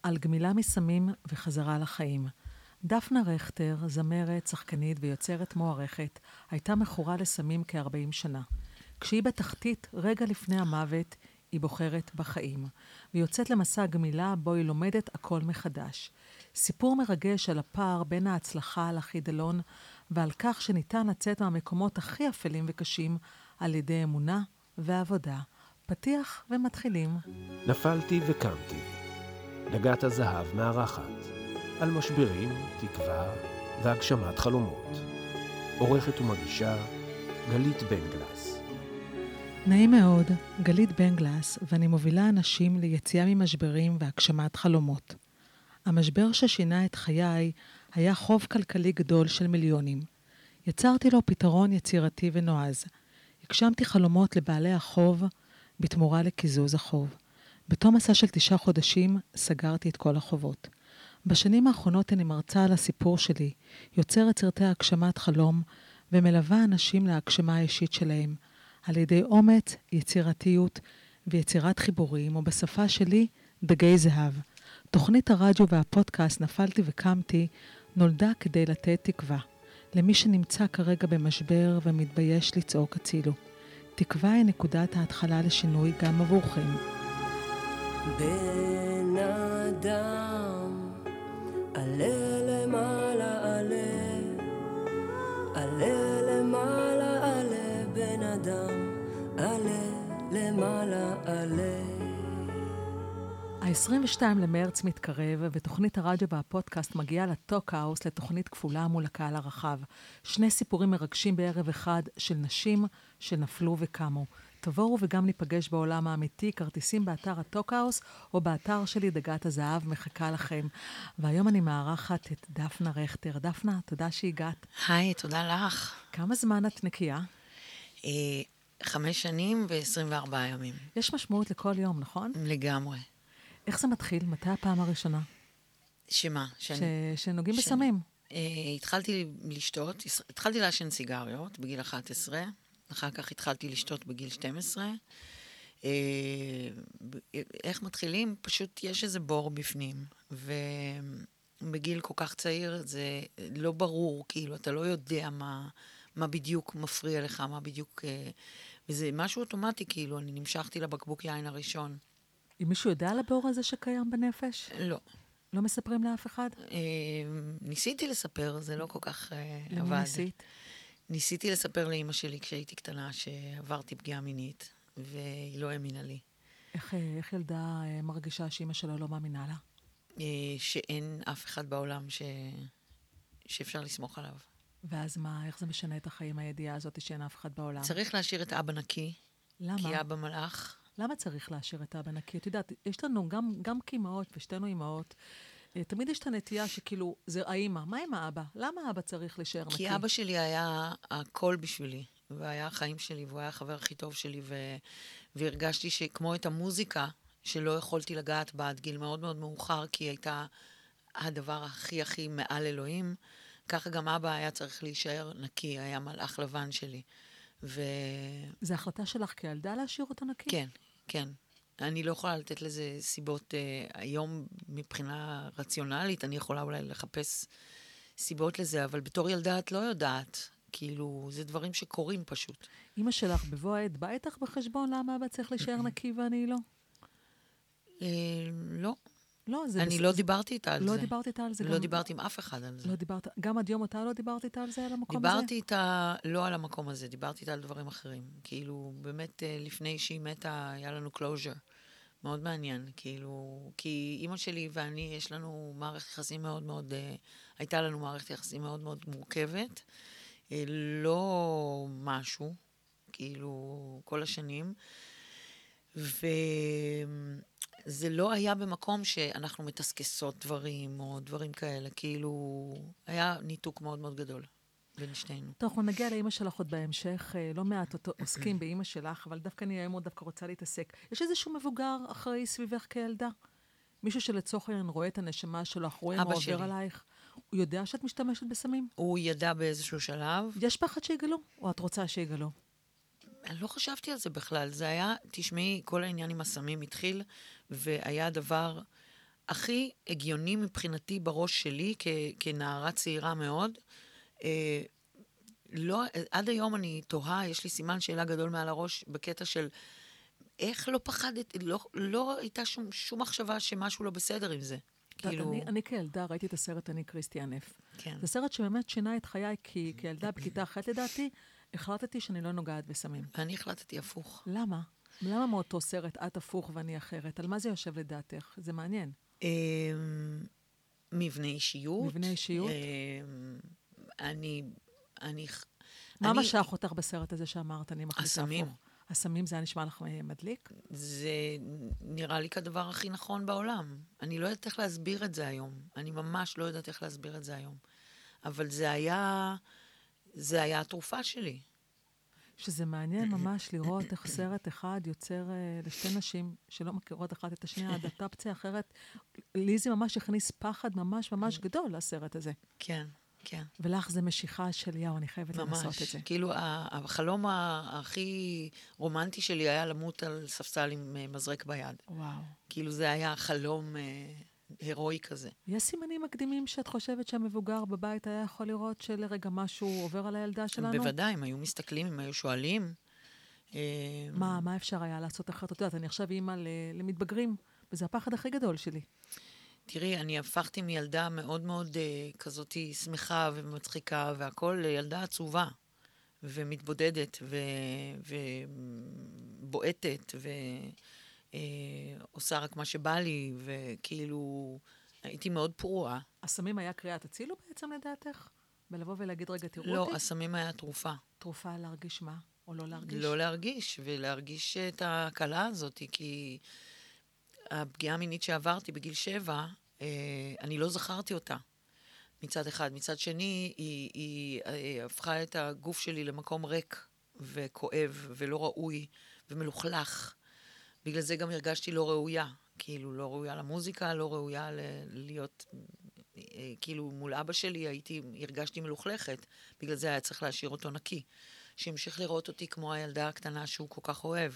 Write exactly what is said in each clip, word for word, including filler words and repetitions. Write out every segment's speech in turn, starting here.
על גמילה מסמים וחזרה לחיים. דפנה רכטר, זמרת, שחקנית ויוצרת מוערכת, הייתה מכורה לסמים כ-ארבעים שנה. כשהיא בתחתית, רגע לפני המוות, היא בוחרת בחיים, ויוצאת למסע גמילה בו היא לומדת הכל מחדש. סיפור מרגש על הפער בין ההצלחה לחידלון, ועל כך שניתן לצאת מהמקומות הכי אפלים וקשים על ידי אמונה ועבודה. פתיח ומתחילים. נפלתי וקמתי. דגת הזהב מארחת. על משברים, תקווה והגשמת חלומות. עורכת ומגישה גלית בנגלס. נעים מאוד, גלית בנגלס, ואני מובילה אנשים ליציאה ממשברים והגשמת חלומות. המשבר ששינה את חיי היה חוב כלכלי גדול של מיליונים. יצרתי לו פתרון יצירתי ונועז. הגשמתי חלומות לבעלי החוב בתמורה לקיזוז החוב. בתום מסע של תשעה חודשים סגרתי את כל החובות. בשנים האחרונות אני מרצה על הסיפור שלי, יוצרת סרטי הגשמת חלום ומלווה אנשים להגשמה האישית שלהם, על ידי אומץ, יצירתיות ויצירת חיבורים, או בשפה שלי, דגי זהב. תוכנית הרדיו והפודקאסט נפלתי וקמתי נולדה כדי לתת תקווה, למי שנמצא כרגע במשבר ומתבייש לצעוק הצילו. תקווה היא נקודת ההתחלה לשינוי גם עבורכם. בן אדם, עלה למעלה, עלה, עלה למעלה, עלה, בן אדם, עלה למעלה, עלה. ה-עשרים ושניים למרץ מתקרב, ותוכנית הרדיו והפודקאסט מגיעה לטוק-האוס לתוכנית כפולה מול הקהל הרחב. שני סיפורים מרגשים בערב אחד של נשים שנפלו וקמו. תבואו וגם ניפגש בעולם האמיתי, כרטיסים באתר הטוק-האוס או באתר שלי דגת הזהב מחכה לכם. והיום אני מארחת את דפנה רכטר. דפנה, תודה שהגעת. היי, תודה לך. כמה זמן את נקייה? אה, חמש שנים ועשרים וארבעה ימים. יש משמעות לכל יום, נכון? לגמרי. איך זה מתחיל? מתי הפעם הראשונה? שמה? שאני, ש... שנוגעים שאני, בסמים. אה, התחלתי לשתות, התחלתי לעשן סיגריות בגיל אחת עשרה, אחר כך התחלתי לשתות בגיל שתים עשרה. אה, איך מתחילים? פשוט יש איזה בור בפנים, ובגיל כל כך צעיר זה לא ברור, כאילו אתה לא יודע מה, מה בדיוק מפריע לך, מה בדיוק, אה, וזה משהו אוטומטי, כאילו אני נמשכתי לבקבוק יין הראשון. אם מישהו יודע על הבור הזה שקיים בנפש? לא. לא מספרים לאף אחד? אה, ניסיתי לספר, זה לא כל כך אה, עבד. למי ניסית? ניסיתי לספר לאמא שלי כשהייתי קטנה שעברתי פגיעה מינית, והיא לא האמינה לי. איך, איך ילדה אה, מרגישה שאמא שלו לא מאמינה לה? אה, שאין אף אחד בעולם ש... שאפשר לסמוך עליו. ואז מה, איך זה משנה את החיים, הידיעה הזאת שאין אף אחד בעולם? צריך להשאיר את אבא נקי. למה? כי אבא מלאך. למה צריך להשאיר את אבא נקי? את יודעת, יש לנו גם, גם כאימהות ושתינו אימהות, תמיד יש את הנטייה שכאילו, זה האמא, מה עם האבא? למה האבא צריך להישאר נקי? כי אבא שלי היה הכל בשבילי, והיה החיים שלי, והוא היה החבר הכי טוב שלי, ו... והרגשתי שכמו את המוזיקה, שלא יכולתי לגעת בה עד גיל מאוד מאוד מאוחר, כי היא הייתה הדבר הכי הכי מעל אלוהים, ככה גם אבא היה צריך להישאר נקי, היה מלאך לבן שלי. ו... זה החלטה שלך כילדה להשאיר אותו נקי? כן, כן. אני לא יכולה לתת לזה סיבות, אה, היום מבחינה רציונלית, אני יכולה אולי לחפש סיבות לזה, אבל בתור ילדה את לא יודעת, כאילו, זה דברים שקורים פשוט. אמא שלך בבוא העת, בא איתך בחשבון למה אבא צריך להישאר נקי ואני לא? אה, לא. לא, זה... אני לא דיברתי איתה על זה. לא דיברתי איתה על זה. לא דיברתי עם אף אחד על זה. לא דיברת, גם עד יום אותה לא דיברתי איתה על זה, על המקום הזה? דיברתי איתה, לא על המקום הזה, דיברתי איתה על דברים אחרים. כאילו, באמת, לפני שהיא מתה, היה לנו closure. מאוד מעניין, כאילו, כי אמא שלי ואני, יש לנו מערכת יחסים מאוד מאוד, הייתה לנו מערכת יחסים מאוד מאוד מורכבת. לא משהו, כאילו, כל השנים. ו... זה לא היה במקום שאנחנו מתסכסות דברים, או דברים כאלה, כאילו, היה ניתוק מאוד מאוד גדול בין שתינו. טוב, אנחנו נגיע לאמא שלך עוד בהמשך, לא מעט עוסקים באמא שלך, אבל דווקא אני היום עוד דווקא רוצה להתעסק. יש איזשהו מבוגר אחראי סביבך כילדה? מישהו שלצורך העניין רואה את הנשמה שלך, רואה מה עובר עלייך? הוא יודע שאת משתמשת בסמים? הוא ידע באיזשהו שלב. יש פחד שיגלו? או את רוצה שיגלו? אני לא חשבתי על זה בכלל. זה היה, תשמעי, כל העניין עם הסמים התחיל, והיה דבר הכי הגיוני מבחינתי בראש שלי, כ, כנערה צעירה מאוד. אה, לא, עד היום אני תוהה, יש לי סימן שאלה גדול מעל הראש, בקטע של איך לא פחדת, לא, לא הייתה שום, שום מחשבה שמשהו לא בסדר עם זה. כאילו... אני, אני כילדה ראיתי את הסרט אני קריסטיאן אף. כן. זה סרט שבאמת שינה את חיי, כי כילדה בכיתה אחת לדעתי, החלטתי שאני לא נוגעת בסמים. אני החלטתי הפוך. למה? למה מאותו סרט את הפוך ואני אחרת? על מה זה יושב לדעתך? זה מעניין. מבנה אישיות. מבנה אישיות? אני... אני... מה משך אותך בסרט הזה שאמרת? אני מחליטה הפוך. הסמים. הסמים זה היה נשמע לך מדליק? זה נראה לי כדבר הכי נכון בעולם. אני לא יודעת איך להסביר את זה היום. אני ממש לא יודעת איך להסביר את זה היום. אבל זה היה... זה היה התרופה שלי. שזה מעניין ממש לראות איך סרט אחד יוצר uh, לשתי נשים שלא מכירות אחת את השנייה, אדפטציה אחרת. לי זה ממש הכניס פחד ממש ממש גדול לסרט הזה. כן, כן. ולך זה משיכה של יאו, אני חייבת לנסות את זה. ממש, כאילו החלום הכי רומנטי שלי היה למות על ספסל עם מזרק ביד. וואו. כאילו זה היה חלום הירואי כזה. יש סימנים מקדימים שאת חושבת שהמבוגר בבית היה יכול לראות שלרגע משהו עובר על הילדה שלנו? בוודאי, הם היו מסתכלים, הם היו שואלים. מה, מה אפשר היה לעשות אחרת? את יודעת, אני עכשיו אימא למתבגרים, וזה הפחד הכי גדול שלי. תראי, אני הפכתי מילדה מאוד מאוד uh, כזאת שמחה ומצחיקה, והכל ילדה עצובה, ומתבודדת, ו- ובועטת, ועושה uh, רק מה שבא לי, וכאילו, הייתי מאוד פרועה. הסמים היה קריאת הצילו בעצם לדעתך? בלבוא ולהגיד רגע, תראו לא, אותי? לא, הסמים היה תרופה. תרופה להרגיש מה? או לא להרגיש? לא להרגיש, ולהרגיש את הקלה הזאת, כי... הפגיעה המינית שעברתי בגיל שבע, אה, אני לא זכרתי אותה מצד אחד. מצד שני, היא, היא אה, הפכה את הגוף שלי למקום ריק וכואב ולא ראוי ומלוכלך. בגלל זה גם הרגשתי לא ראויה. כאילו, לא ראויה למוזיקה, לא ראויה ל- להיות... אה, כאילו, מול אבא שלי הייתי, הרגשתי מלוכלכת. בגלל זה היה צריך להשאיר אותו נקי. שהמשיך לראות אותי כמו הילדה הקטנה שהוא כל כך אוהב.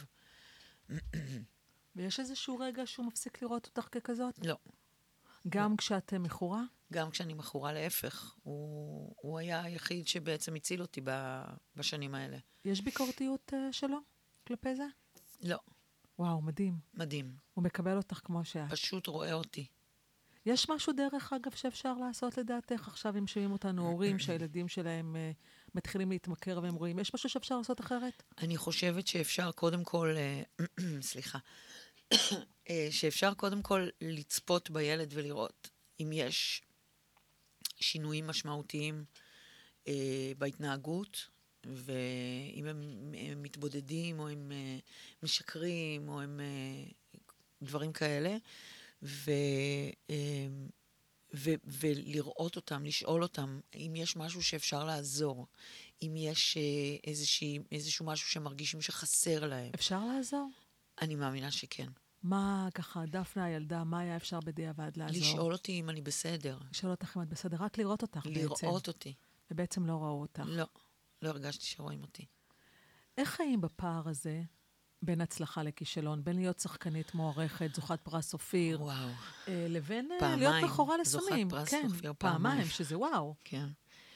ויש איזשהו רגע שהוא מפסיק לראות אותך ככזאת? לא. גם לא. כשאת מכורה? גם כשאני מכורה להפך. הוא, הוא היה היחיד שבעצם הציל אותי ב, בשנים האלה. יש ביקורתיות uh, שלו כלפי זה? לא. וואו, מדהים. מדהים. הוא מקבל אותך כמו שאת. פשוט רואה אותי. יש משהו דרך אגב שאפשר לעשות לדעתך? עכשיו אם שומעים אותנו הורים שהילדים שלהם uh, מתחילים להתמכר והם רואים, יש משהו שאפשר לעשות אחרת? אני חושבת שאפשר קודם כל, סליחה, שאפשר קודם כל לצפות בילד ולראות אם יש שינויים משמעותיים אה, בהתנהגות, ואם הם, הם מתבודדים או הם אה, משקרים או הם אה, דברים כאלה, ו... אה, ו- ולראות אותם, לשאול אותם, אם יש משהו שאפשר לעזור, אם יש אה, איזושהי, איזשהו משהו שמרגישים שחסר להם. אפשר לעזור? אני מאמינה שכן. מה, ככה, דפנה הילדה, מה היה אפשר בדיעבד לעזור? לשאול אותי אם אני בסדר. לשאול אותך אם את בסדר, רק לראות אותך לראות בעצם. לראות אותי. ובעצם לא ראו אותך. לא, לא הרגשתי שרואים אותי. איך חיים בפער הזה בין הצלחה לכישלון, בין להיות שחקנית מוערכת, זוכת פרס אופיר, וואו. אה, לבין פעמיים, להיות מכורה לסמים. זוכת פרס כן, אופיר, פעמיים, פעמיים. שזה וואו. כן.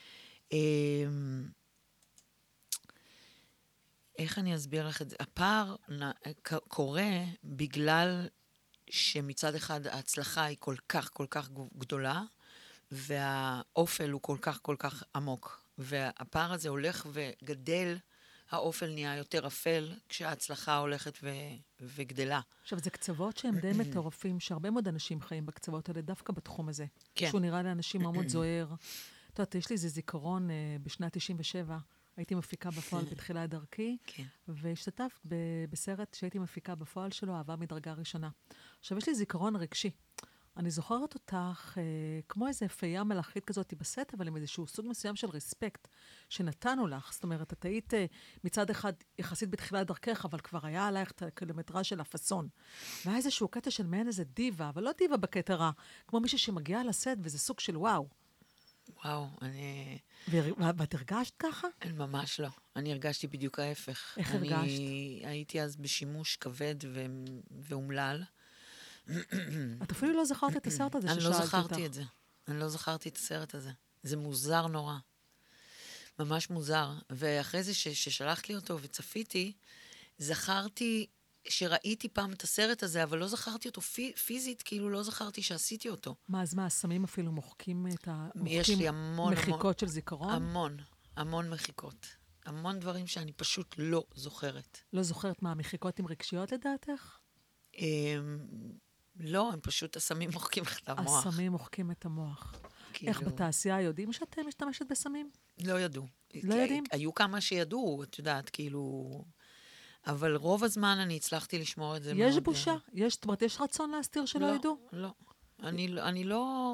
איך אני אסביר לך את זה? הפער קורה בגלל שמצד אחד ההצלחה היא כל כך כל כך גדולה, והאופל הוא כל כך כל כך עמוק. והפער הזה הולך וגדל, האופל נהיה יותר אפל, כשההצלחה הולכת ו... וגדלה. עכשיו, זה קצוות שהם די מטורפים, שהרבה מאוד אנשים חיים בקצוות האלה, דווקא בתחום הזה. כן. שהוא נראה לאנשים מאוד זוהר. את יודעת, יש לי איזה זיכרון uh, בשנת תשעים ושבע, הייתי מפיקה בפועל בתחילת דרכי, כן. והשתתפת ב- בסרט שהייתי מפיקה בפועל שלו, אהבה מדרגה ראשונה. עכשיו, יש לי זיכרון רגשי. אני זוכרת אותך אה, כמו איזה פייה מלאכית כזאת בסט, אבל עם איזשהו סוג מסוים של רספקט שנתנו לך. זאת אומרת, את היית אה, מצד אחד יחסית בתחילת דרכך, אבל כבר היה עלייך את הקילומטרה של הפסון. והיה איזשהו קטע של מעין איזה דיבה, אבל לא דיבה בקטע רע, כמו מישהו שמגיע לסט וזה סוג של וואו. וואו, אני... ואת הרגשת ככה? ממש לא. אני הרגשתי בדיוק ההפך. איך אני הרגשת? הייתי אז בשימוש כבד ו... ואומלל, את אפילו לא זכרת את הסרט הזה אני ששאלתי לא אותך. זכרתי את זה. אני לא זכרתי את הסרט הזה. זה מוזר נורא. ממש מוזר. ואחרי זה ש- ששלחת לי אותו וצפיתי, זכרתי שראיתי פעם את הסרט הזה, אבל לא זכרתי אותו פי- פיזית, כאילו לא זכרתי שעשיתי אותו. מה, אז מה, הסמים אפילו מוחקים את ה... יש מוחקים לי המון, מחיקות המון, של זיכרון? המון, המון מחיקות. המון דברים שאני פשוט לא זוכרת. לא זוכרת מה, מחיקות עם רגשיות לדעתך? אמ, לא, הם פשוט, הסמים מוחקים לך את המוח. הסמים מוחקים את המוח. כאילו, איך בתעשייה יודעים שאת משתמשת בסמים? לא ידעו. לא יודעים? היו כמה שידעו, את יודעת, כאילו... אבל רוב הזמן אני הצלחתי לשמור את זה מאוד. יש בושה? יש, זאת אומרת, יש רצון להסתיר שלא לא, ידעו? לא. אני, אני לא...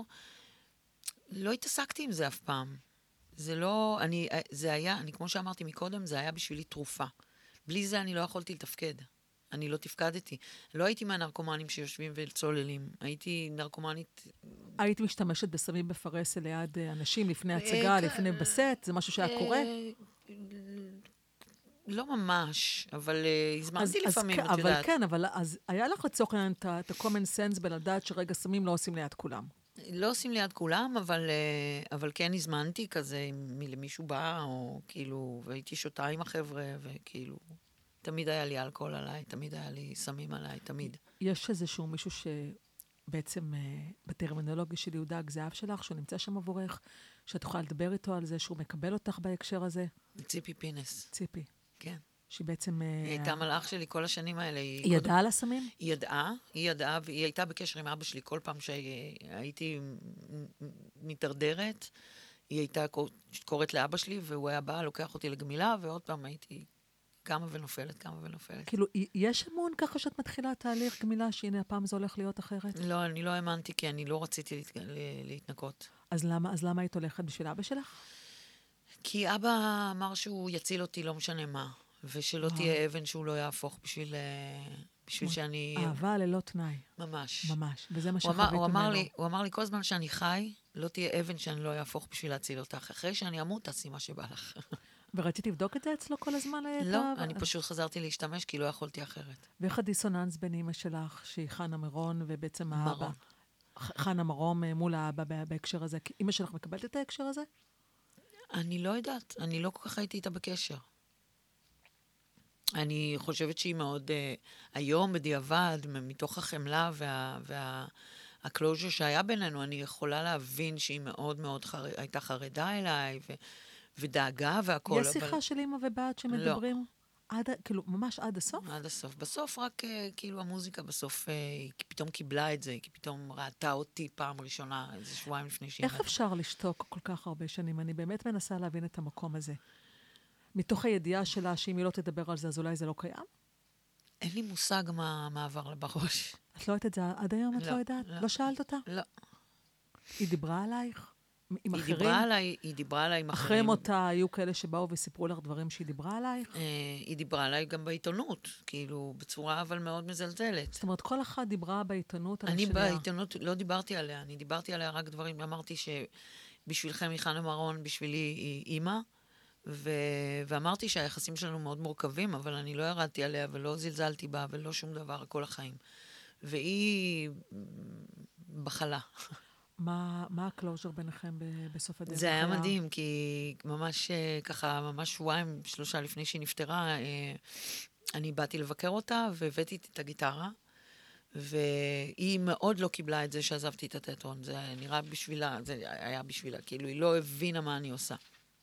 לא התעסקתי עם זה אף פעם. זה לא... אני, זה היה, אני, כמו שאמרתי מקודם, זה היה בשבילי תרופה. בלי זה אני לא יכולתי לתפקד. אני לא תפקדתי. לא הייתי מהנרקומנים שיושבים וצוללים. הייתי נרקומנית... היית משתמשת בסמים בפרסה ליד אה, אנשים לפני הצגה, אה, לפני בסט? זה משהו שהיה קורה? אה, לא ממש, אבל אה, הזמנתי אז לפעמים, כן, את אבל יודעת. כן, אבל אז היה לך לצורך העניין את ה- את ה-common sense בלדעת שרגע סמים לא עושים ליד כולם. לא עושים ליד כולם, אבל, אה, אבל כן הזמנתי כזה, אם למישהו בא, או כאילו, והייתי שותה עם החבר'ה, וכאילו, תמיד היה לי אלכוהול עליי, תמיד היה לי סמים עליי, תמיד. יש איזשהו מישהו שבעצם אה, בטרמינולוגיה של יהודה הגזיו שלך, שהוא נמצא שם עבורך, שאת יכולה לדבר איתו על זה, שהוא מקבל אותך בהקשר הזה? ציפי פינס, ציפי, כן. שהיא בעצם... אה, היא הייתה מלאך שלי כל השנים האלה. היא קודם- ידעה על הסמים? היא ידעה, היא ידעה, והיא הייתה בקשר עם אבא שלי כל פעם שהייתי מתדרדרת. היא הייתה קוראת לאבא שלי, והוא היה בא, לוקח אותי לגמילה, ועוד פעם הייתי קמה ונופלת, קמה ונופלת. כאילו, יש אמון ככה שאת מתחילה תהליך גמילה, שהנה הפעם זה הולך להיות אחרת? לא, אני לא האמנתי, כי אני לא רציתי להת... לה- להתנקות. אז למה, אז למה היית הולכת בשביל אבא שלך? כי אבא אמר שהוא יציל אותי לא משנה מה, ושלא תהיה אבן שהוא לא יהפוך בשביל, אה, בשביל שאני... אהבה ללא תנאי, ממש. ממש. וזה מה הוא אמר, שחווית הוא, אמר ממנו. לי, הוא אמר לי, כל זמן שאני חי, לא תהיה אבן שאני לא יהפוך בשביל להציל אותך. אחרי שאני אמות, תעשי מה שבא לך. ורצית לבדוק את זה אצלו כל הזמן? את לא, ה- אני פשוט חזרתי להשתמש, כי לא יכולתי אחרת. ואיך הדיסוננס בין אמא שלך, שהיא חנה מרון, ובעצם האבא? מרון. ח- חנה מרום אה, מול האבא בה- בהקשר הזה. כי אמא שלך מקבלת את ההקשר הזה? אני לא יודעת, אני לא כל כך הייתי איתה בקשר. אני חושבת שהיא מאוד, uh, היום בדיעבד, מ- מתוך החמלה וה... וה הקלוז'ר שהיה בינינו, אני יכולה להבין שהיא מאוד מאוד חר... הייתה חרדה אליי, ו... ודאגה והכל. יש שיחה של אמא ובת שמדברים? עד, ה- כאילו, ממש עד הסוף? עד הסוף. בסוף רק, uh, כאילו, המוזיקה בסוף, uh, היא פתאום קיבלה את זה, היא פתאום ראתה אותי פעם ראשונה, איזה שבועיים לפני שהיא... איך אפשר לשתוק כל כך הרבה שנים? אני באמת מנסה להבין את המקום הזה. מתוך הידיעה שלה שאם היא לא תדבר על זה, אז אולי זה לא קיים? אין לי מושג מה, מה עבר לה בראש. את לא יודעת את זה עד היום? את לא, לא יודעת? לא. לא שאלת אותה? לא. היא דיברה עלייך? עם היא אחרים? דיברה עליי, היא דיברה עליי עם אחרים. אחרי מותה היו כאלה שבאו וסיפרו לך דברים שהיא דיברה עלייך? אה, היא דיברה עליי גם בעיתונות, כאילו, בצורה אבל מאוד מזלזלת. זאת אומרת, כל אחת דיברה בעיתונות על אני השנייה. בעיתונות לא דיברתי עליה, אני דיברתי עליה רק דברים, אמרתי שבשבילכם היא חנה מרון, בשבילי היא אימא, ו... ואמרתי שהיחסים שלנו מאוד מורכבים, אבל אני לא ירדתי עליה ולא זלזלתי בה ולא שום דבר כל החיים. והיא בחלה. מה, מה הקלוז'ר ביניכם ב- בסוף הדרך? זה היה מדהים, כי ממש אה, ככה, ממש שבועיים, שלושה לפני שהיא נפטרה, אה, אני באתי לבקר אותה והבאתי את הגיטרה, והיא מאוד לא קיבלה את זה שעזבתי את התיאטרון. זה נראה בשבילה, זה היה בשבילה, כאילו היא לא הבינה מה אני עושה.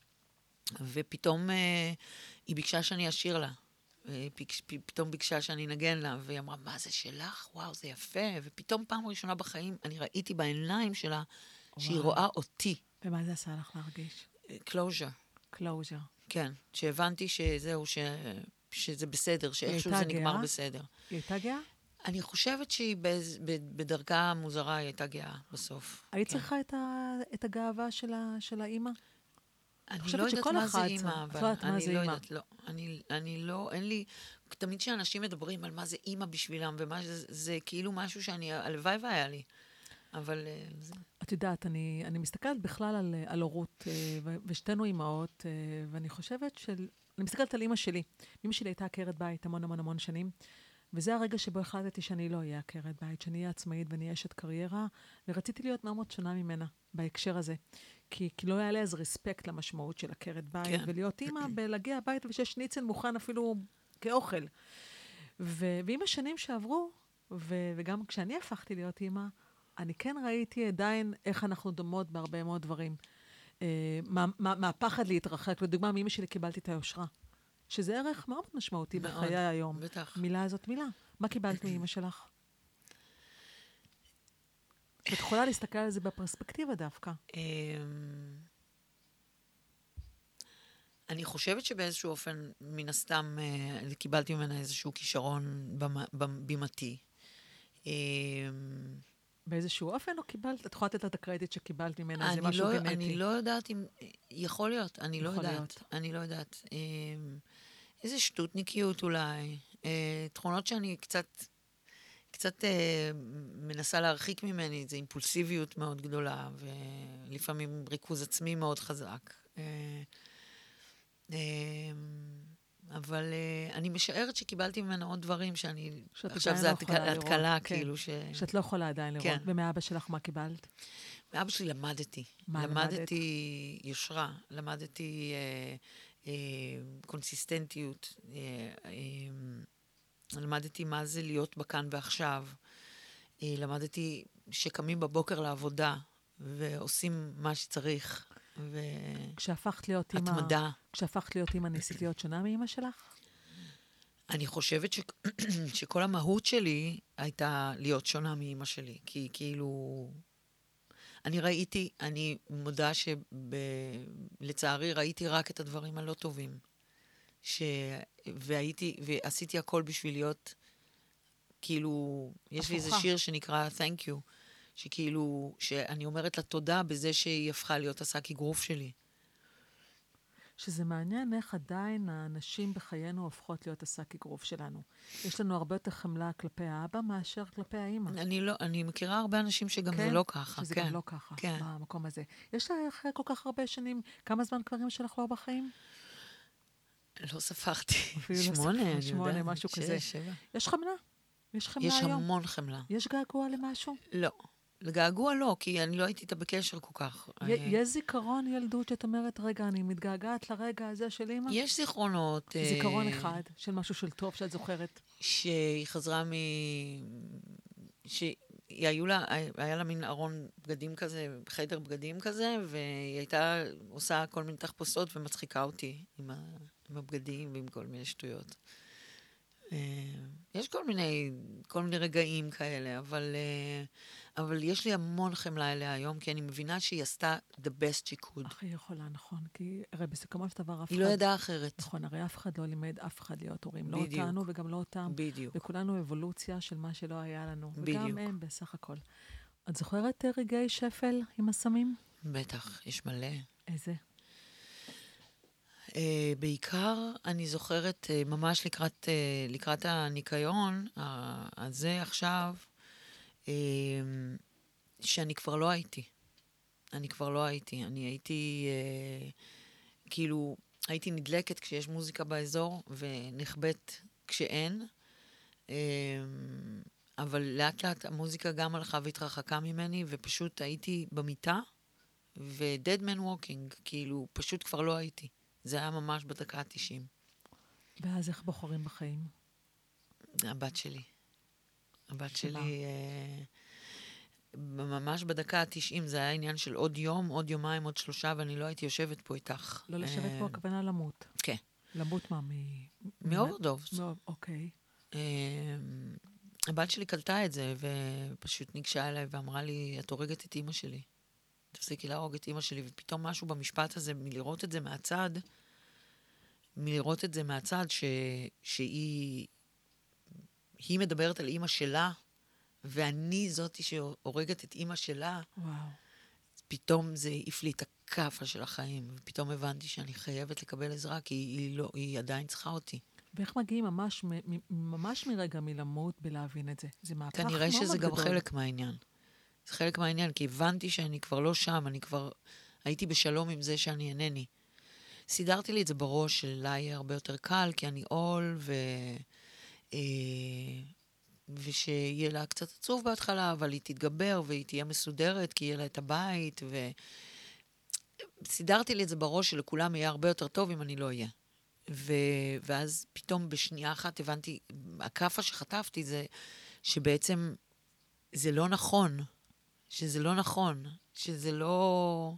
ופתאום אה, היא ביקשה שאני אשיר לה. ופ- פתאום ביקשה שאני נגן לה, והיא אמרה, מה זה שלך? וואו, זה יפה. ופתאום פעם ראשונה בחיים, אני ראיתי בעיניים שלה, שהיא וואו. רואה אותי. ומה זה עשה לך להרגיש? קלוז'ר, קלוז'ר. כן. שהבנתי שזהו, ש... שזה בסדר, שאיכשהו זה הייתה נגמר גאה? בסדר. היא הייתה גאה? אני חושבת שהיא בז... ב- בדרכה המוזרה, היא הייתה גאה בסוף. היית כן. צריכה את, ה... את הגאווה של, ה... של האימא? אני חושבת לא יודעת שכל מה זה אחת אימא, צריכה. אבל את לא יודעת מה אני זה לא אימא. יודעת, לא. אני, אני לא, אין לי, תמיד כשאנשים מדברים על מה זה אימא בשבילם, ומה זה, זה כאילו משהו שאני, הלוואי והיה לי. אבל אה, זה... את יודעת, אני, אני מסתכלת בכלל על, על הורות, אה, ו- ושתינו אימהות, אה, ואני חושבת של... אני מסתכלת על אימא שלי. אימא שלי הייתה עקרת בית המון המון המון שנים, וזה הרגע שבו החלטתי שאני לא אהיה עקרת בית, שאני אהיה עצמאית ואני אהיה אשת קריירה, ורציתי להיות מאוד מאוד שונה ממנה בהקשר הזה. כי, כי לא היה לי אז רספקט למשמעות של עקרת בית, כן. ולהיות אימא בלהגיע הבית ושיש ניצן מוכן אפילו כאוכל. ו- ועם השנים שעברו, ו- וגם כשאני הפכתי להיות אימא, אני כן ראיתי עדיין איך אנחנו דומות בהרבה מאוד דברים. אה, מה, מה, מהפחד להתרחק, לדוגמה, מאמא שלי קיבלתי את היושרה. שזה ערך מאוד משמעותי מאוד, בחיי היום. בטח. מילה הזאת מילה. מה קיבלת מאמא שלך? את יכולה להסתכל על זה בפרספקטיבה דווקא. אני חושבת שבאיזשהו אופן, מן הסתם, קיבלתי ממנה איזשהו כישרון בימתי. באיזשהו אופן או קיבלת? את יכולה לתת את הקרדיט שקיבלת ממנה, זה משהו גנטי. אני לא יודעת אם... יכול להיות, אני לא יודעת. אני לא יודעת. איזה שטותניקיות אולי. תכונות שאני קצת... קצת אה, מנסה להרחיק ממני, זו אימפולסיביות מאוד גדולה, ולפעמים ריכוז עצמי מאוד חזק. אה, אה, אבל אה, אני משערת שקיבלתי ממנו עוד דברים שאני... עכשיו זה התקלה, כן. כאילו ש... שאת לא יכולה עדיין לראות. כן. ומאבא שלך מה קיבלת? מאבא שלי למדתי. מה למדתי למדת? יושרה, למדתי אה, אה, קונסיסטנטיות, אה, אה, למדתי מה זה להיות בכאן ועכשיו. למדתי שקמים בבוקר לעבודה, ועושים מה שצריך, כשהפכת להיות אימא... התמדה. כשהפכת להיות אימא, ניסית להיות שונה מאמא שלך? אני חושבת ש... שכל המהות שלי הייתה להיות שונה מאמא שלי. כי כאילו... אני ראיתי, אני מודה שלצערי ראיתי רק את הדברים הלא טובים. ש... והייתי, ועשיתי הכל בשביל להיות, כאילו, יש לי איזה שיר שנקרא Thank You, שכאילו, שאני אומרת לה תודה בזה שהיא הפכה להיות השק אגרוף שלי. שזה מעניין איך עדיין האנשים בחיינו הופכות להיות השק אגרוף שלנו. יש לנו הרבה יותר חמלה כלפי האבא מאשר כלפי האמא. אני לא, אני מכירה הרבה אנשים שגם כן? זה לא ככה. שזה כן. גם לא ככה, כן. במקום הזה. יש לך כל כך הרבה שנים, כמה זמן כבר אמא שלך לא בחיים? לא ספרתי. שמונה, אני יודעת. שמונה, משהו כזה. שבע. יש חמלה? יש חמלה יש היום? יש המון חמלה. יש געגוע למשהו? לא. לגעגוע לא, כי אני לא הייתי איתה בקשר כל כך. יש זיכרון ילדות שאת אומרת, רגע, אני מתגעגעת לרגע הזה של אמא? יש זיכרונות. זיכרון אחד של משהו של טוב שאת זוכרת? שהיא חזרה מ... שהיו לה, היה לה מין ארון בגדים כזה, חדר בגדים כזה, והיא הייתה עושה כל מיני תחפושות ומצחיקה אותי עם, ה, עם הבגדים ועם כל מיני שטויות. יש כל מיני, כל מיני רגעים כאלה, אבל, אבל יש לי המון חמלה אליה היום, כי אני מבינה שהיא עשתה the best she could. אך היא יכולה, נכון, כי הרי בסיכומו של דבר אף אחד... היא לא ידעה אחרת. נכון, הרי אף אחד לא לימד אף אחד להיות הורים. בדיוק. לא אותנו וגם לא אותם. בדיוק. וכולנו אבולוציה של מה שלא היה לנו. בדיוק. וגם הם בסך הכל. את זוכרת רגעי שפל עם הסמים? בטח, יש מלא. איזה? Uh, בעיקר אני זוכרת uh, ממש לקראת, uh, לקראת הניקיון uh, הזה עכשיו, uh, שאני כבר לא הייתי. אני כבר לא הייתי. אני הייתי, uh, כאילו, הייתי נדלקת כשיש מוזיקה באזור, ונחבאת כשאין. Uh, אבל לאט לאט המוזיקה גם הלכה והתרחקה ממני, ופשוט הייתי במיטה, ו-dead man walking, כאילו, פשוט כבר לא הייתי. זה היה ממש בדקה ה-תשעים. ואז איך בוחרים בחיים? הבת שלי. הבת שלי, אה, ממש בדקה ה-תשעים, זה היה עניין של עוד יום, עוד יומיים, עוד שלושה, ואני לא הייתי יושבת פה איתך. לא לשבת אה, פה הכוונה למות. כן. למות מה? מאוברדובס. אוקיי. אה, הבת שלי קלטה את זה, ופשוט ניגשה אליי ואמרה לי, את הורגת את אמא שלי. תפסיקי להרוג את אמא שלי, ופתאום משהו במשפט הזה, מלראות את זה מהצד, מלראות את זה מהצד, ש, שהיא היא מדברת על אמא שלה, ואני זאתי שהורגת את אמא שלה, וואו. פתאום זה העיף לי את הכאפה של החיים, ופתאום הבנתי שאני חייבת לקבל עזרה, כי היא, לא, היא עדיין צריכה אותי. ואיך מגיעים ממש, ממש מרגע מלמות בלהבין את זה? זה מהפך מאוד גדול. כנראה שזה גם חלק מהעניין. זה חלק מהעניין, כי הבנתי שאני כבר לא שם, אני כבר הייתי בשלום עם זה שאני אינני. סידרתי לי את זה בראש, שלה יהיה הרבה יותר קל, כי אני עול, ושיהיה לה קצת עצוב בהתחלה, אבל היא תתגבר והיא תהיה מסודרת, כי יהיה לה את הבית, וסידרתי לי את זה בראש שלכולם יהיה הרבה יותר טוב אם אני לא אהיה. ו... ואז פתאום בשנייה אחת הבנתי, הכאפה שחטפתי זה שבעצם זה לא נכון, שזה לא נכון, שזה לא...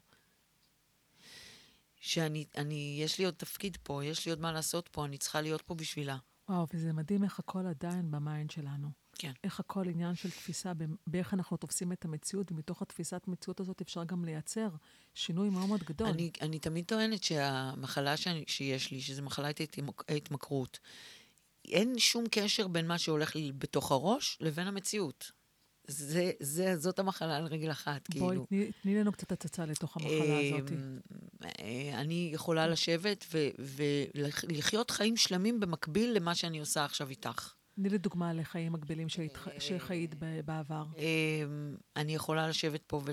שאני, אני, יש לי עוד תפקיד פה, יש לי עוד מה לעשות פה, אני צריכה להיות פה בשבילה. וואו, וזה מדהים איך הכל עדיין במיינד שלנו. כן. איך הכל עניין של תפיסה, באיך אנחנו תופסים את המציאות, ומתוך התפיסת מציאות הזאת אפשר גם לייצר שינוי מאוד מאוד גדול. אני, אני תמיד טוענת שהמחלה שאני, שיש לי, שזו מחלת ההתמכרות, אין שום קשר בין מה שהולך לי בתוך הראש לבין המציאות. זה, זה, זאת המחלה על רגל אחת, בואי, כאילו. תני, תני לנו קצת הצצה לתוך המחלה הזאת. אני יכולה לשבת ולחיות חיים שלמים במקביל למה שאני עושה עכשיו איתך. תני לדוגמה לחיים מקבילים שחיית בעבר. אני יכולה לשבת פה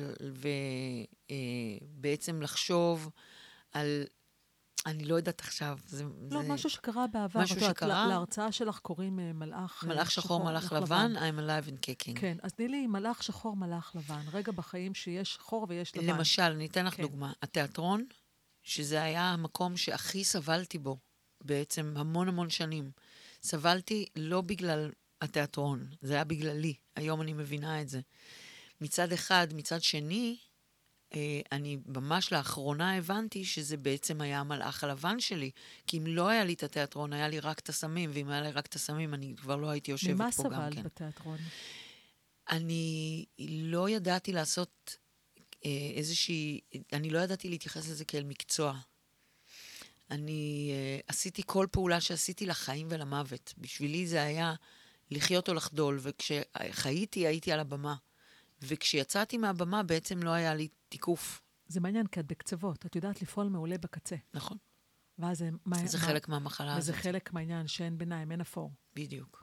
ובעצם לחשוב על... אני לא יודעת עכשיו. זה, לא, זה... משהו שקרה בעבר. משהו שקרה. להרצאה שלך קוראים מלאך... מלאך שחור, מלאך לבן, I'm alive and kicking. כן, אז תני לי מלאך שחור, מלאך לבן. רגע בחיים שיש חור ויש לבן. למשל, אני אתן לך כן. דוגמה. התיאטרון, שזה היה המקום שהכי סבלתי בו, בעצם המון המון שנים. סבלתי לא בגלל התיאטרון, זה היה בגללי. היום אני מבינה את זה. מצד אחד, מצד שני, אני ממש לאחרונה הבנתי שזה בעצם היה המלאך הלבן שלי, כי אם לא היה לי את התיאטרון, היה לי רק את הסמים, ואם היה לי רק את הסמים, אני כבר לא הייתי יושבת פה גם כן. ממה סבלת בתיאטרון? אני לא ידעתי לעשות איזושהי, אני לא ידעתי להתייחס לזה כאל מקצוע. אני עשיתי כל פעולה שעשיתי לחיים ולמוות. בשבילי זה היה לחיות או לחדול, וכשחייתי הייתי על הבמה. וכשיצאתי מהבמה בעצם לא היה לי תיקוף. זה מעניין, כי את בקצוות. את יודעת לפעול מעולה בקצה. נכון. ואז זה... מה, זה מה, חלק מהמחלה הזאת. וזה חלק מהעניין שאין ביניים, אין אפור. בדיוק.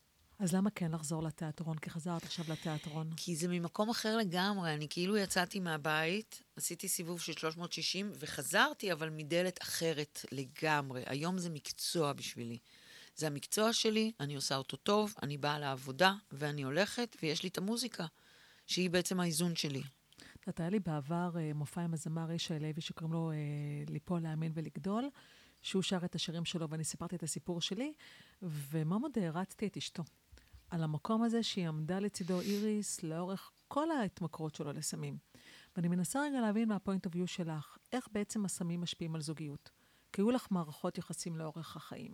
אז למה כן לחזור לתיאטרון? כי חזרת עכשיו לתיאטרון. כי זה ממקום אחר לגמרי. אני כאילו יצאתי מהבית, עשיתי סיבוב של שלוש מאות שישים, וחזרתי, אבל מדלת אחרת לגמרי. היום זה מקצוע בשבילי. זה המקצוע שלי, אני עושה אותו טוב, אני באה לעבודה, ואני הולכת, ויש לי את המוזיקה. שהיא בעצם האיזון שלי. זאת, היה לי בעבר מופע עם הזמר ישי לוי, שקוראים לו ליפול, להאמין ולגדול, שהוא שר את השירים שלו, ואני סיפרתי את הסיפור שלי, ומאוד מאוד הרצתי את אשתו. על המקום הזה שהיא עמדה לצידו איריס, לאורך כל ההתמכרות שלו לסמים. ואני מנסה רגע להבין מהפוינט אוף ויו שלך, איך בעצם הסמים משפיעים על זוגיות. כי היו לך מערכות יחסים לאורך החיים.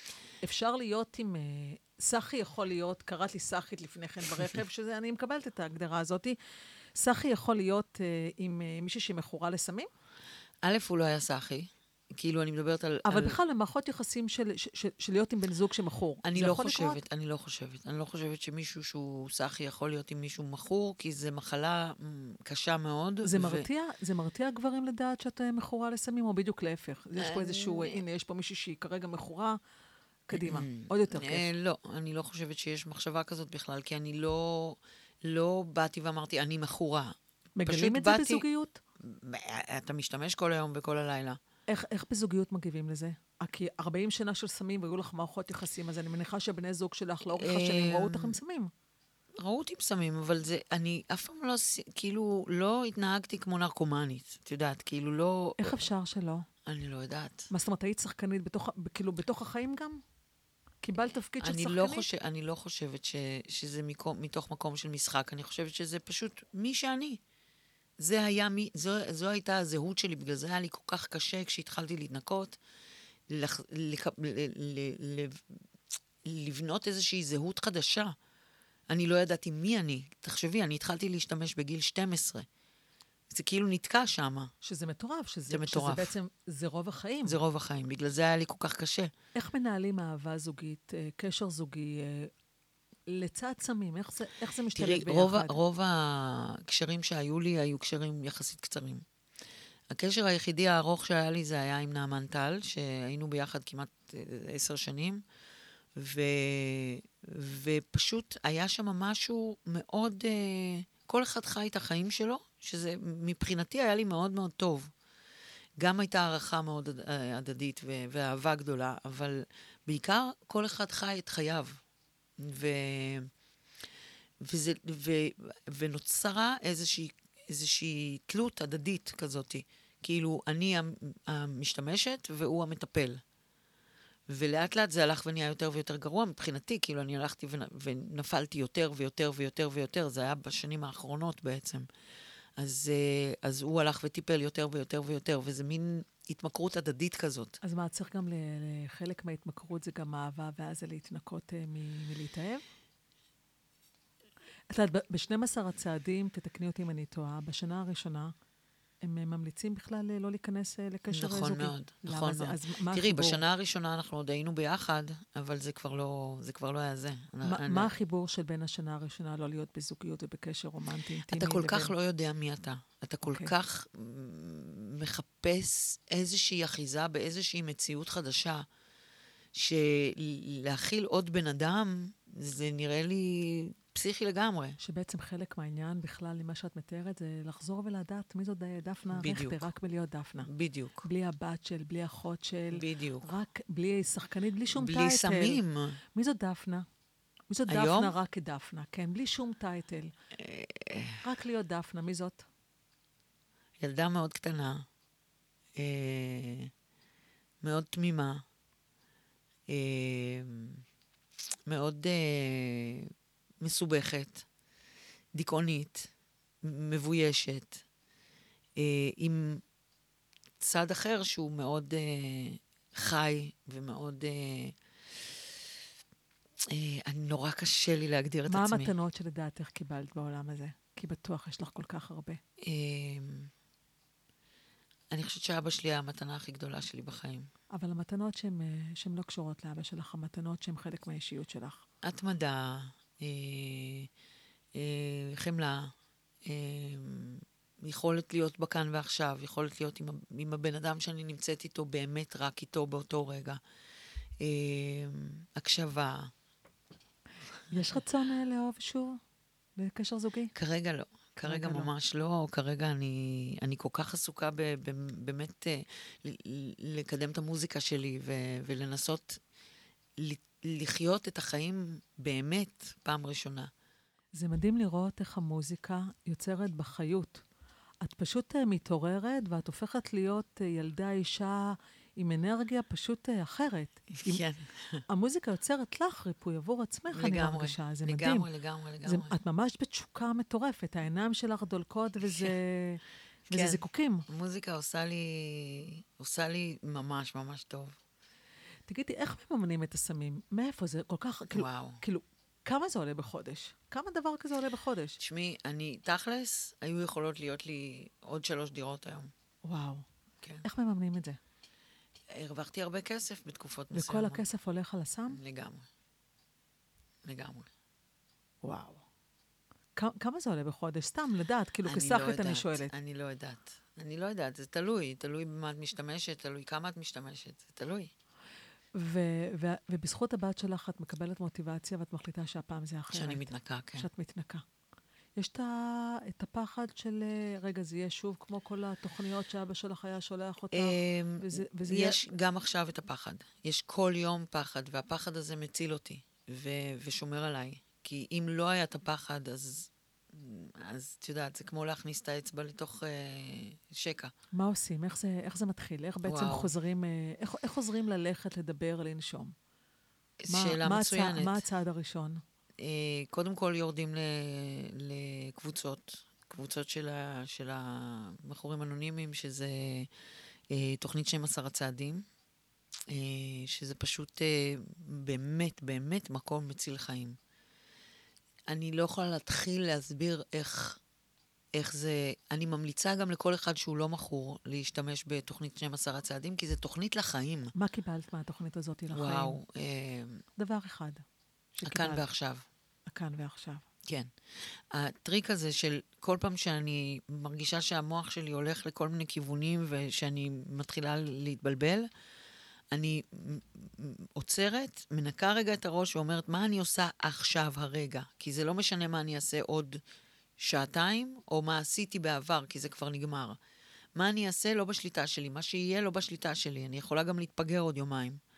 אפשר להיות עם... סחי יכול להיות, קראת לי סחית לפני כן ברכב, שזה, אני מקבלת את ההגדרה הזאת. סחי יכול להיות uh, עם uh, מישהו שמכורה לסמים? א', הוא לא היה סחי. כאילו, אני מדברת על... אבל על... בכלל, למערכות יחסים של, של, של, של להיות עם בן זוג שמכור. אני לא חושבת, לקרות? אני לא חושבת. אני לא חושבת שמישהו שהוא סחי יכול להיות עם מישהו מכור, כי זו מחלה קשה מאוד. זה ו... מרתיע? זה מרתיע גברים לדעת שאת מכורה לסמים, או בדיוק להפך? יש פה איזשהו, הנה, יש פה מישהו שהיא כרגע מכורה, קדימה, עוד יותר כיף. לא, אני לא חושבת שיש מחשבה כזאת בכלל, כי אני לא, לא באתי ואמרתי, אני מכורה. מגלים את זה בזוגיות? אתה משתמש כל היום וכל הלילה. איך, איך בזוגיות מגיבים לזה? כי ארבעים שנה של סמים והיו לך מערכות יחסים, אז אני מניחה שבני זוג שלך לאורך השנים ראו אותך עם סמים. ראו אותי עם סמים, אבל זה, אני אף פעם לא, כאילו, לא התנהגתי כמו נרקומנית. את יודעת, כאילו לא... איך אפשר שלא? אני לא יודעת. מה זאת אומרת, היית שחקנית בתוך, כאילו, בתוך החיים גם? קיבלת תפקיד של שחקנית? לא חושב, אני לא חושבת ש, שזה מקום, מתוך מקום של משחק. אני חושבת שזה פשוט מי שאני. זה היה מי, זו, זו הייתה הזהות שלי, בגלל זה היה לי כל כך קשה כשהתחלתי להתנקות, לח, לק, ל, ל, ל, לבנות איזושהי זהות חדשה. אני לא ידעתי מי אני. תחשבי, אני התחלתי להשתמש בגיל שתים עשרה. זה כאילו נתקע שם. שזה מטורף, שזה, זה מטורף. שזה בעצם, זה רוב החיים. זה רוב החיים, בגלל זה היה לי כל כך קשה. איך מנהלים אהבה זוגית, קשר זוגי, לצד סמים? איך זה, איך זה משתלב ביחד? תראי, רוב, רוב הקשרים שהיו לי היו קשרים יחסית קצרים. הקשר היחידי הארוך שהיה לי זה היה עם נעמן טל, שהיינו ביחד כמעט עשר שנים, ו, ופשוט היה שם משהו מאוד, כל אחד חי את החיים שלו, שזה מבחינתי היה לי מאוד מאוד טוב. גם הייתה הערכה מאוד הדדית ואהבה גדולה, אבל בעיקר כל אחד חי את חייו. ו... וזה, ו... ונוצרה איזושהי, איזושהי תלות הדדית כזאת. כאילו, אני המשתמשת והוא המטפל. ולאט לאט זה הלך ונהיה יותר ויותר גרוע מבחינתי, כאילו אני הלכתי ונפלתי יותר ויותר ויותר ויותר, זה היה בשנים האחרונות בעצם. אז, אז הוא הלך וטיפל יותר ויותר ויותר, וזה מין התמכרות הדדית כזאת. אז מה, צריך גם לחלק מההתמכרות זה גם אהבה, ואז זה להתנקות מ- מלהתאהב? את יודעת, ב-שנים עשר הצעדים, תתקני אותי אם אני טועה, בשנה הראשונה, הם ממליצים בכלל לא להיכנס לקשר זוגי. נכון מאוד, נכון מאוד. תראי, בשנה הראשונה אנחנו עוד היינו ביחד, אבל זה כבר לא, זה כבר לא היה זה. מה החיבור של בין השנה הראשונה לא להיות בזוגיות ובקשר רומנטי, אינטימי? אתה כל כך לא יודע מי אתה. אתה כל כך מחפש איזושהי אחיזה באיזושהי מציאות חדשה, שלהכיל עוד בן אדם, זה נראה לי פסיכי לגמרי. שבעצם חלק מהעניין בכלל, למה שאת מתארת, זה לחזור ולדעת מי זאת דפנה רכטר, רק בלהיות דפנה. בדיוק. בלי הבת של, בלי אחות של. בדיוק. רק בלי שחקנית, בלי שום בלי טייטל. בלי סמים. מי זאת דפנה? מי זאת היום? דפנה רק כדפנה, כן, בלי שום טייטל. רק להיות דפנה, מי זאת? ילדה מאוד קטנה, אה, מאוד תמימה, אה, מאוד אה, מסובכת, דיכאונית, מבוישת, אה, עם צד אחר שהוא מאוד אה, חי ומאוד... אה, אה, אני נורא קשה לי להגדיר את מה עצמי. מה המתנות שלדעתך קיבלת בעולם הזה? כי בטוח יש לך כל כך הרבה. אה, אני חושבת שאבא שלי היה המתנה הכי גדולה שלי בחיים. אבל המתנות שהן, שהן לא קשורות לאבא שלך, המתנות שהן חלק מהאישיות שלך. התמדה, אה, אה, חמלה, אה, יכולת להיות בכאן ועכשיו, יכולת להיות עם, עם הבן אדם שאני נמצאת איתו, באמת רק איתו באותו רגע. אה, הקשבה. יש רצון אה, לאהוב שוב בקשר זוגי? כרגע לא. כרגע ממש לא, כרגע אני, אני כל כך עסוקה ב, ב, באמת ל, לקדם את המוזיקה שלי ו, ולנסות ל, לחיות את החיים באמת פעם ראשונה. זה מדהים לראות איך המוזיקה יוצרת בחיות. את פשוט מתעוררת ואת הופכת להיות ילדה אישה עם אנרגיה פשוט אחרת. כן. המוזיקה יוצרת לך ריפוי עבור עצמך, אני מרגישה. זה מדהים. לגמרי, לגמרי, לגמרי. את ממש בתשוקה מטורפת. העיניים שלך דולקות וזה... וזה זיקוקים. המוזיקה עושה לי, עושה לי ממש ממש טוב. תגידי, איך מממנים את הסמים? מאיפה זה כל כך... וואו. כאילו, כמה זה עולה בחודש? כמה דבר כזה עולה בחודש? תשמעי, אני, תכלס, היו יכולות להיות לי עוד שלוש דירות היום. וואו. כן. איך מממנים את זה? הרווחתי הרבה כסף בתקופות מסוימות. וכל הכסף הולך על הסם? לגמרי. לגמרי. וואו. כמה זה עולה בחודש? סתם לדעת, כאילו כסחת אני שואלת. אני לא יודעת. אני לא יודעת, זה תלוי. תלוי במה את משתמשת, תלוי כמה את משתמשת. זה תלוי. ובזכות הבת שלך את מקבלת מוטיבציה ואת מחליטה שהפעם זה אחרת. שאני מתנקה, כן. שאת מתנקה. יש את הפחד של, רגע, זה יהיה שוב כמו כל התוכניות שאבא שלך היה שולח אותך? יש גם עכשיו את הפחד. יש כל יום פחד, והפחד הזה מציל אותי ושומר עליי. כי אם לא היה את הפחד, אז, אז את יודעת, זה כמו להכניס את האצבע לתוך שקע. מה עושים? איך זה, איך זה מתחיל? איך בעצם חוזרים, איך, איך חוזרים ללכת, לדבר, לנשום? שאלה מה, מצוינת. מה, מה הצעד הראשון? קודם כל יורדים לקבוצות, קבוצות של, ה, של המכורים אנונימיים, שזה תוכנית שנים עשר הצעדים, שזה פשוט באמת, באמת מקום מציל חיים. אני לא יכולה להתחיל להסביר איך, איך זה... אני ממליצה גם לכל אחד שהוא לא מכור להשתמש בתוכנית שנים עשר הצעדים, כי זה תוכנית לחיים. מה קיבלת מהתוכנית הזאת לחיים? וואו. דבר אחד. הכאן ועכשיו. הכאן ועכשיו. כן. הטריק הזה של כל פעם שאני מרגישה שהמוח שלי הולך לכל מיני כיוונים ושאני מתחילה להתבלבל, אני עוצרת, מנקה רגע את הראש ואומרת, מה אני עושה עכשיו הרגע? כי זה לא משנה מה אני אעשה עוד שעתיים, או מה עשיתי בעבר, כי זה כבר נגמר. מה אני אעשה לא בשליטה שלי, מה שיהיה לא בשליטה שלי. אני יכולה גם להתפגר עוד יומיים.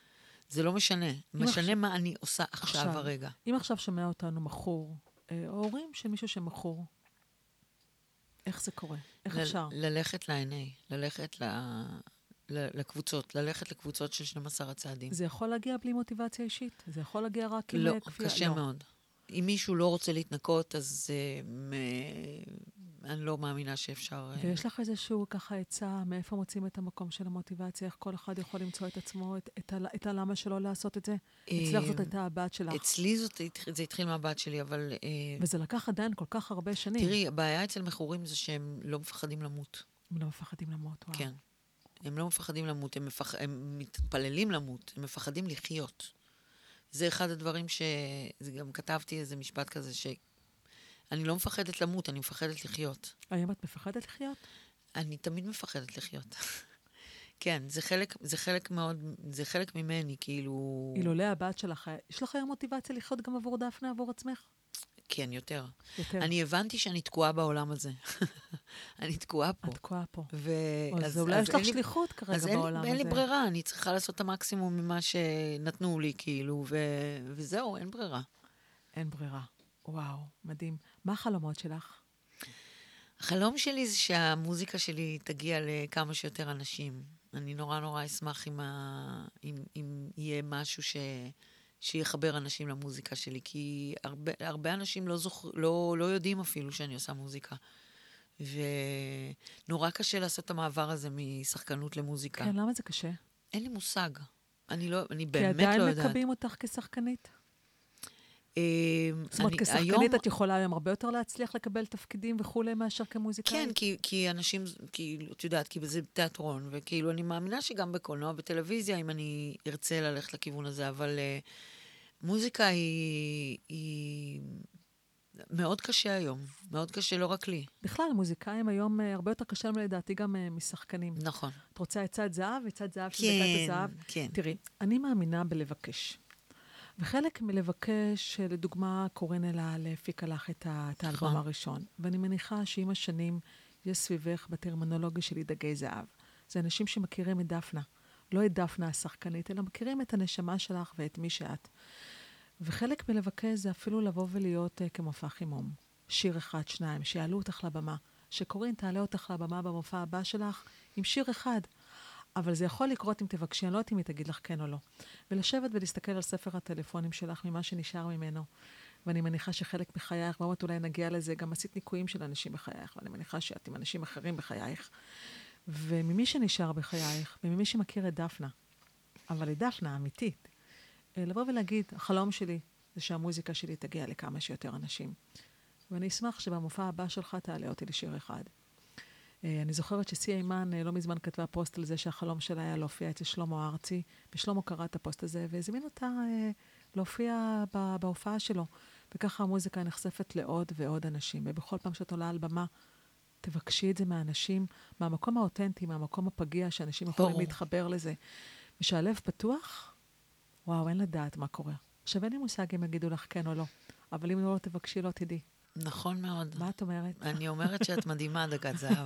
זה לא משנה. משנה עכשיו- מה אני עושה עכשיו עכשיו. הרגע. אם עכשיו שומע אותנו מכור, אה, או הורים של מישהו שמכור, איך זה קורה? איך ל- אפשר? ללכת ל-אן איי, ללכת ל... ל- לקבוצות, ללכת לקבוצות של שנים עשר הצעדים. זה יכול להגיע בלי מוטיבציה אישית? זה יכול להגיע רק עם לא, אה, כפייה? קשה לא. מאוד. אם מישהו לא רוצה להתנקות, אז אה, מ- אני לא מאמינה שאפשר... אה, ויש לך איזשהו ככה עצה, מאיפה מוצאים את המקום של המוטיבציה? איך כל אחד יכול למצוא את עצמו, את, את, ה- את הלמה שלו לעשות את זה? אצלך זאת הייתה הבת שלך. אצלי זאת, הת- זה התחיל מהבת שלי, אבל... אה, וזה לקח עדיין כל כך הרבה שנים. תראי, הבעיה אצל מכורים זה שהם לא מפחדים למות. הם לא מפחדים למות, וואו. כן. הם לא מפחדים למות, הם, מפח... הם מתפללים למות, הם מפחדים לחיות. זה אחד הדברים ש... זה גם כתבתי איזה משפט כזה, שאני לא מפחדת למות, אני מפחדת לחיות. האם את מפחדת לחיות? אני תמיד מפחדת לחיות. כן, זה חלק, זה חלק מאוד, זה חלק ממני, כאילו... אילולא הבת שלך, יש לך היום מוטיבציה לחיות גם עבור דפנה, עבור עצמך? כן, יותר. יותר. אני הבנתי שאני תקועה בעולם הזה. אני תקועה פה. את תקועה פה. ו... אז אולי יש אין לך לי- שליחות כרגע אז אין, בעולם הזה. אין לי ברירה, אני צריכה לעשות את המקסימום ממה שנתנו לי, כאילו, ו... וזהו, אין ברירה. אין ברירה. וואו, מדהים. מה החלומות שלך? החלום שלי זה שהמוזיקה שלי תגיע לכמה שיותר אנשים. אני נורא נורא אשמח אם, ה... אם, אם יהיה משהו ש... שיחבר אנשים למוזיקה שלי, כי הרבה, הרבה אנשים לא, זוכ... לא, לא יודעים אפילו שאני עושה מוזיקה. ונורא קשה לעשות את המעבר הזה משחקנות למוזיקה. כן, למה זה קשה? אין לי מושג. אני, לא, אני כי באמת לא עדיין יודעת. מקבים אותך כשחקנית? אה, זאת אומרת, אני- כשחקנית היום- את יכולה היום הרבה יותר להצליח לקבל תפקידים וכולי מאשר כמוזיקאית? כן, כי, כי אנשים, כאילו, את יודעת, כי זה תיאטרון, וכאילו, אני מאמינה שגם בקולנוע, בטלוויזיה, אם אני ארצה ללכת לכיוון הזה, אבל uh, מוזיקה היא, היא מאוד קשה היום, מאוד קשה, לא רק לי. בכלל, מוזיקאים היום אה, הרבה יותר קשה להם לדעתי גם אה, משחקנים. נכון. את רוצה עצת זהב? עצת זהב של כן, דקת הזהב? כן. תראי, אני מאמינה בלבקש. וחלק מלבקש, לדוגמה, קורין אלעל הפיקה לך את ה- את האלבום נכון. הראשון. ואני מניחה שעם השנים יש סביבך בטרמינולוגיה שלי דגי זהב. זה אנשים שמכירים את דפנה. לא את דפנה השחקנית, אלא מכירים את הנשמה שלך ואת מי שאת. וחלק מלבקש זה אפילו לבוא ולהיות uh, כמופע חימום. שיר אחד, שניים, שיעלו אותך לבמה. שקורין תעלה אותך לבמה במופע הבא שלך עם שיר אחד. אבל זה יכול לקרות אם תבקשי, אני לא יודעת אם היא תגיד לך כן או לא. ולשבת ולהסתכל על ספר הטלפונים שלך ממה שנשאר ממנו. ואני מניחה שחלק מחייך, באמת אולי נגיע לזה, גם עשית ניקויים של אנשים בחייך, ואני מניחה שאת עם אנשים אחרים בחייך. וממי שנשאר בחייך, וממי שמכיר את דפנה, אבל את דפנה האמיתית, אה, לבוא ולהגיד, החלום שלי זה שהמוזיקה שלי תגיע לכמה שיותר אנשים. ואני אשמח שבמופע הבא שלך תעלה אותי לשיר אחד. אה, אני זוכרת שסי אימן אה, לא מזמן כתבה פוסט על זה שהחלום שלה היה להופיע אצל שלמה ארצי, ושלמה קרא את הפוסט הזה, והזמין אותה אה, להופיע ב- בהופעה שלו. וככה המוזיקה נחשפת לעוד ועוד אנשים. ובכל פעם שאת עולה על במה, תבקשי את זה מהאנשים, מהמקום האותנטי, מהמקום הפגיע, שאנשים יכולים ברור. להתחבר לזה. ושהלב פתוח, וואו, אין לדעת מה קורה. עכשיו, אין לי מושג אם יגידו לך כן או לא, אבל אם לא תבקשי, לא תדעי. נכון מאוד. מה את אומרת? אני אומרת שאת מדהימה, דקת זהב.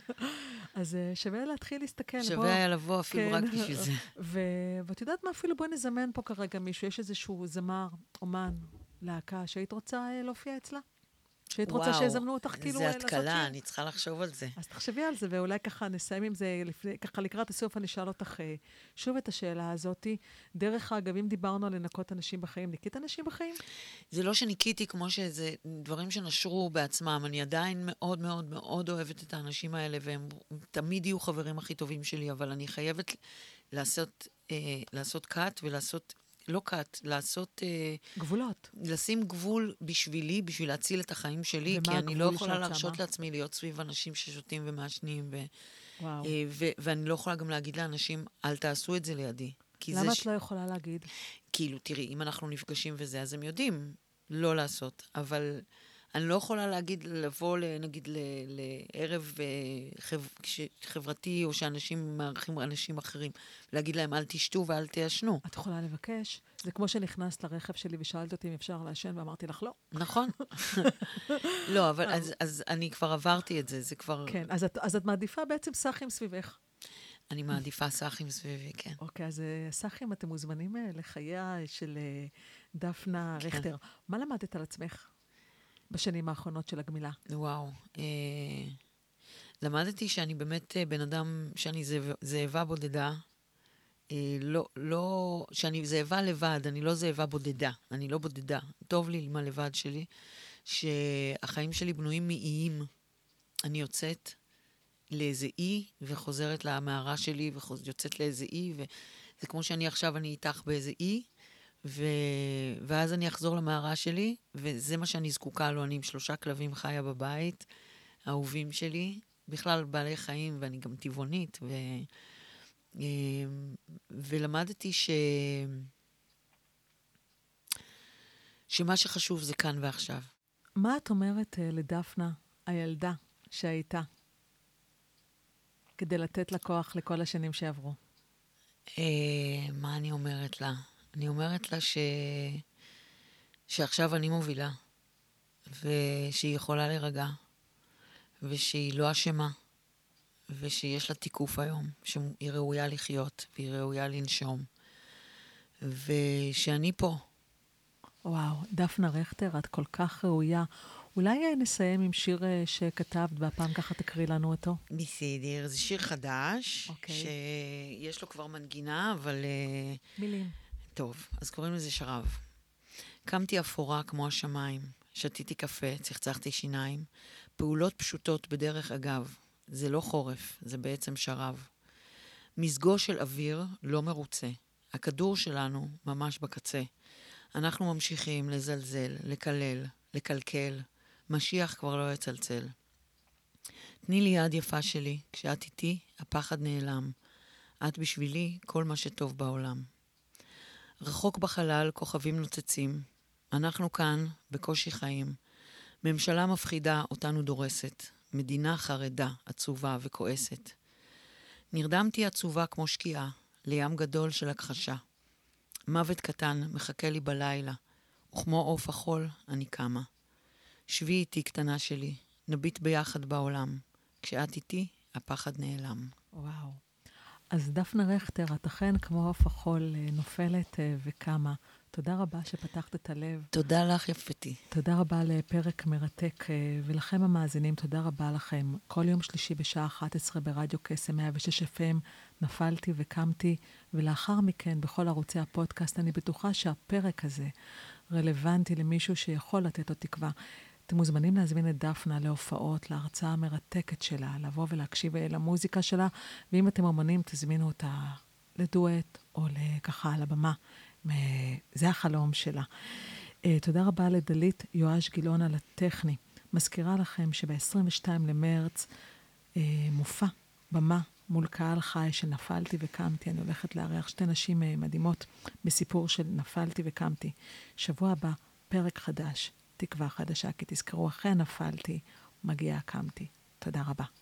אז אה, שווה להתחיל להסתכל. בוא. שווה היה לבוא אפילו כן. רק בשביל זה. ו- ואת יודעת מה? אפילו בואי נזמן פה כרגע מישהו. יש איזשהו זמר, אומן, להקה, שהיית רוצה אה, להופיע אצלה? שהיית רוצה וואו, שיזמנו אותך כאילו זה אה, לעשות התקלה, שיר? אני צריכה לחשוב על זה. אז תחשבי על זה, ואולי ככה נסיים עם זה, לפני, ככה לקראת הסוף אני אשאל אותך אה, שוב את השאלה הזאת. דרך אגב, אם דיברנו על לנקות אנשים בחיים, ניקית אנשים בחיים? זה לא שניקיתי כמו שזה דברים שנשרו בעצמם. אני עדיין מאוד מאוד מאוד אוהבת את האנשים האלה, והם תמיד יהיו חברים הכי טובים שלי, אבל אני חייבת לעשות, אה, לעשות קאט ולעשות, לא קאט, לעשות, אה, גבולות. לשים גבול בשבילי, בשביל להציל את החיים שלי, ומה כי אני לא הגבול יכולה שאת להרשות שמה? לעצמי להיות סביב אנשים ששותים ומעשנים, ו, וואו. אה, ו, ואני לא יכולה גם להגיד לאנשים, אל תעשו את זה לידי. כי למה זה את ש... לא יכולה להגיד? כאילו, כאילו, תראי, אם אנחנו נפגשים וזה, אז הם יודעים לא לעשות, אבל אני לא יכולה להגיד, לבוא, ל- נגיד, ל- לערב אה, חב... כש- חברתי, או שאנשים מארחים אנשים אחרים, להגיד להם, אל תשתו ואל תישנו. את יכולה לבקש. זה כמו שנכנסת לרכב שלי ושאלת אותי אם אפשר לעשן, ואמרתי לך לא. נכון? לא, אבל אז, אז אני כבר עברתי את זה, זה כבר... כן, אז את, אז את מעדיפה בעצם סחים סביבך. אני מעדיפה סאחים סביבי, כן. אוקיי, אז אה, סאחים, אתם מוזמנים אה, לחייה של אה, דפנה כן. רכטר. מה למדת על עצמך בשנים האחרונות של הגמילה? וואו. אה, למדתי שאני באמת אה, בן אדם, שאני זאב- זאבה בודדה. אה, לא, לא, שאני זאבה לבד, אני לא זאבה בודדה. אני לא בודדה. טוב לי עם הלבד שלי, שהחיים שלי בנויים מאיים. אני יוצאת לאיזה אי, וחוזרת למערה שלי, ויוצאת לאיזה אי, וזה כמו שאני עכשיו, אני איתך באיזה אי, ו... ואז אני אחזור למערה שלי, וזה מה שאני זקוקה לו. אני עם שלושה כלבים חיה בבית, אהובים שלי, בכלל בעלי חיים, ואני גם טבעונית, ו... ולמדתי ש... שמה שחשוב זה כאן ועכשיו. מה את אומרת אה, לדפנה, הילדה שהייתה, כדי לתת לה כוח לכל השנים שעברו? אה, מה אני אומרת לה? אני אומרת לה ש... שעכשיו אני מובילה, ושהיא יכולה להירגע, ושהיא לא אשמה, ושיש לה תיקוף היום, שהיא ראויה לחיות, והיא ראויה לנשום, ושאני פה. וואו, דפנה רכטר, את כל כך ראויה. אולי אה, נסיים עם שיר אה, שכתבת, והפעם ככה תקריא לנו אותו. בסדר, זה שיר חדש, אוקיי. שיש לו כבר מנגינה, אבל... אה, מילים. טוב, אז קוראים לזה שרב. קמתי אפורה כמו השמיים, שתיתי קפה, צחצחתי שיניים, פעולות פשוטות בדרך אגב. זה לא חורף, זה בעצם שרב. מזגו של אוויר לא מרוצה. הכדור שלנו ממש בקצה. אנחנו ממשיכים לזלזל, לקלל, לקלקל. משיח כבר לא יצלצל. תני לי יד יפה שלי, כשאת איתי, הפחד נעלם. את בשבילי כל מה שטוב בעולם. רחוק בחלל כוכבים נוצצים. אנחנו כאן בקושי חיים. ממשלה מפחידה אותנו דורסת. מדינה חרדה, עצובה וכועסת. נרדמתי עצובה כמו שקיעה, לים גדול של הכחשה. מוות קטן מחכה לי בלילה, וכמו עוף החול אני קמה. שבי איתי קטנה שלי, נביט ביחד בעולם. כשאת איתי, הפחד נעלם. וואו. אז דפנה רכטר, את אכן כמו עוף החול אה, נופלת אה, וקמה. תודה רבה שפתחת את הלב. תודה לך יפתי. תודה רבה לפרק מרתק, אה, ולכם המאזינים, תודה רבה לכם. כל יום שלישי בשעה אחת עשרה ברדיו קסם מאה ושש אף אם, נפלתי וקמתי, ולאחר מכן בכל ערוצי הפודקאסט, אני בטוחה שהפרק הזה רלוונטי למישהו שיכול לתת לו תקווה. אתם מוזמנים להזמין את דפנה להופעות, להרצאה המרתקת שלה, לבוא ולהקשיב למוזיקה שלה, ואם אתם אומנים, תזמינו אותה לדואט או ככה על הבמה. זה החלום שלה. תודה רבה לדלית יואש גילון על הטכני. מזכירה לכם שב-עשרים ושניים למרץ מופע במה מול קהל חי של נפלתי וקמתי. אני הולכת לארח שתי נשים מדהימות בסיפור של נפלתי וקמתי. שבוע הבא, פרק חדש. תקווה חדשה, כי תזכרו, אחרי נפלתי, מגיעה קמתי. תודה רבה.